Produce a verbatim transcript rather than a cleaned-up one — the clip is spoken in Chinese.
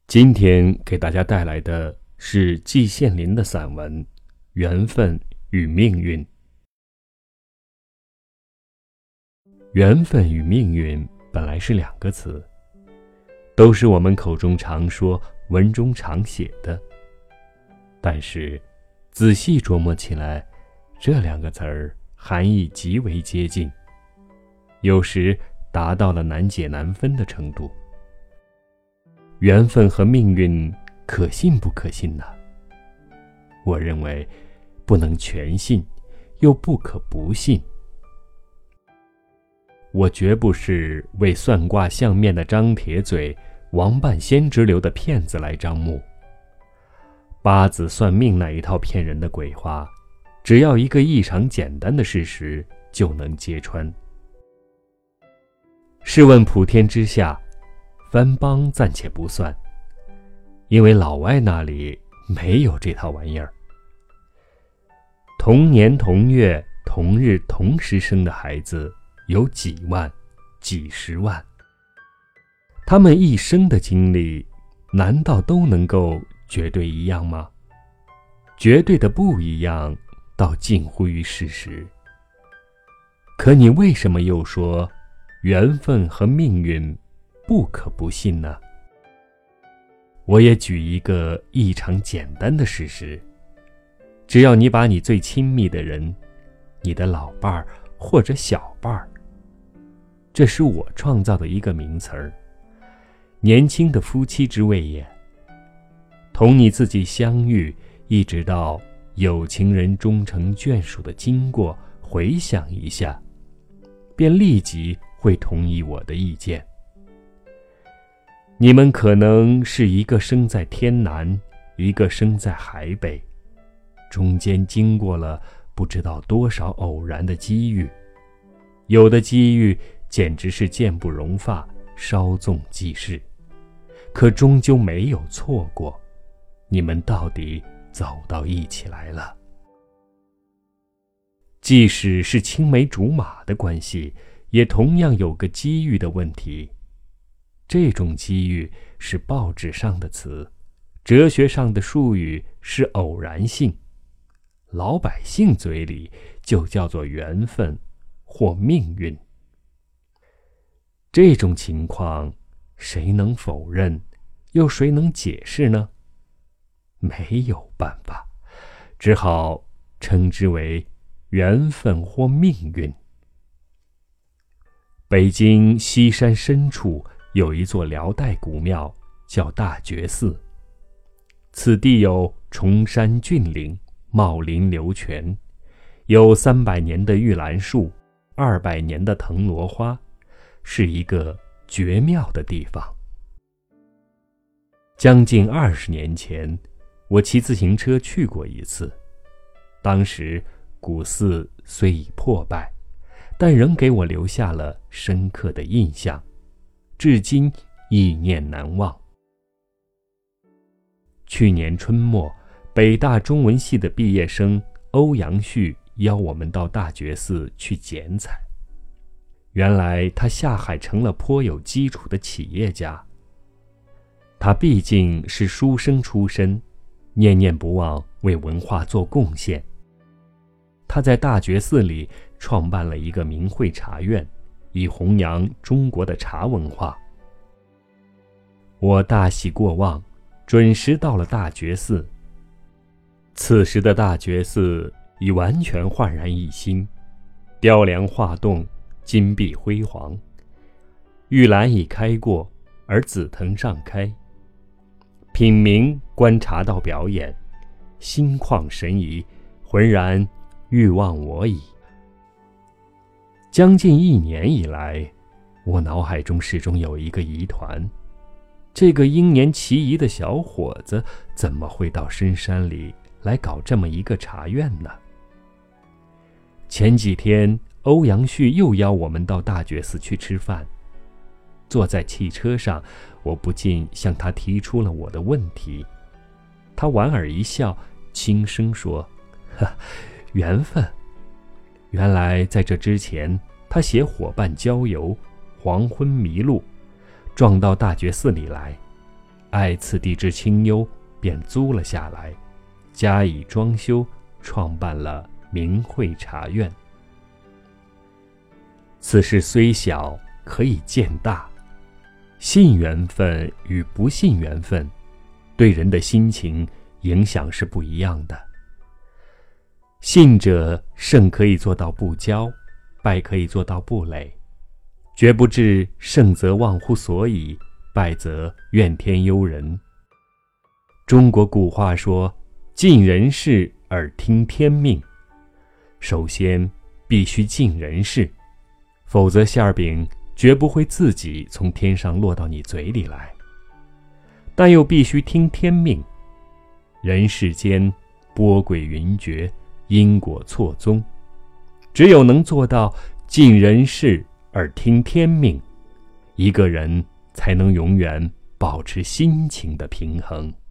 今天给大家带来的是季羡林的散文《缘分与命运》。缘分与命运本来是两个词，都是我们口中常说、文中常写的，但是仔细琢磨起来，这两个词儿含义极为接近，有时达到了难解难分的程度。缘分和命运可信不可信呢？我认为不能全信，又不可不信。我绝不是为算卦相面的张铁嘴、王半仙之流的骗子来张目。八字算命那一套骗人的鬼话，只要一个异常简单的事实就能揭穿。试问普天之下，藩邦暂且不算，因为老外那里没有这套玩意儿。同年同月同日同时生的孩子有几万、几十万，他们一生的经历难道都能够绝对一样吗？绝对的不一样到近乎于事实。可你为什么又说缘分和命运不可不信呢？我也举一个异常简单的事实，只要你把你最亲密的人，你的老伴儿或者小伴儿，这是我创造的一个名词儿，年轻的夫妻之谓也，同你自己相遇，一直到有情人终成眷属的经过回想一下，便立即会同意我的意见。你们可能是一个生在天南，一个生在海北，中间经过了不知道多少偶然的机遇，有的机遇简直是见不容发，稍纵即逝，可终究没有错过，你们到底走到一起来了。即使是青梅竹马的关系，也同样有个机遇的问题。这种机遇是报纸上的词，哲学上的术语是偶然性，老百姓嘴里就叫做缘分或命运。这种情况谁能否认，又谁能解释呢？没有办法，只好称之为缘分或命运。北京西山深处有一座辽代古庙，叫大觉寺。此地有崇山峻岭，茂林流泉，有三百年的玉兰树，二百年的藤萝花，是一个绝妙的地方。将近二十年前，我骑自行车去过一次，当时古寺虽已破败，但仍给我留下了深刻的印象，至今忆念难忘。去年春末，北大中文系的毕业生欧阳旭邀我们到大觉寺去剪彩。原来他下海成了颇有基础的企业家，他毕竟是书生出身，念念不忘为文化做贡献。他在大觉寺里创办了一个名慧茶院，以弘扬中国的茶文化。我大喜过望，准时到了大觉寺。此时的大觉寺已完全焕然一新，雕梁画栋，金碧辉煌，玉兰已开过，而紫藤尚开。品茗观茶道表演，心旷神怡，浑然欲忘我矣。将近一年以来，我脑海中始终有一个疑团，这个英年奇仪的小伙子怎么会到深山里来搞这么一个茶院呢？前几天欧阳旭又邀我们到大觉寺去吃饭，坐在汽车上，我不禁向他提出了我的问题。他莞尔一笑，轻声说：呵，缘分。原来在这之前，他携伙伴郊游，黄昏迷路，撞到大觉寺里来， 爱此地之清幽，便租了下来，加以装修，创办了明慧茶院。此事虽小，可以见大。信缘分与不信缘分，对人的心情影响是不一样的。信者胜可以做到不骄，败可以做到不馁，绝不至胜则忘乎所以，败则怨天尤人。中国古话说，尽人事而听天命。首先必须尽人事，否则馅饼绝不会自己从天上落到你嘴里来。但又必须听天命。人世间波诡云谲，因果错综，只有能做到尽人事而听天命，一个人才能永远保持心情的平衡。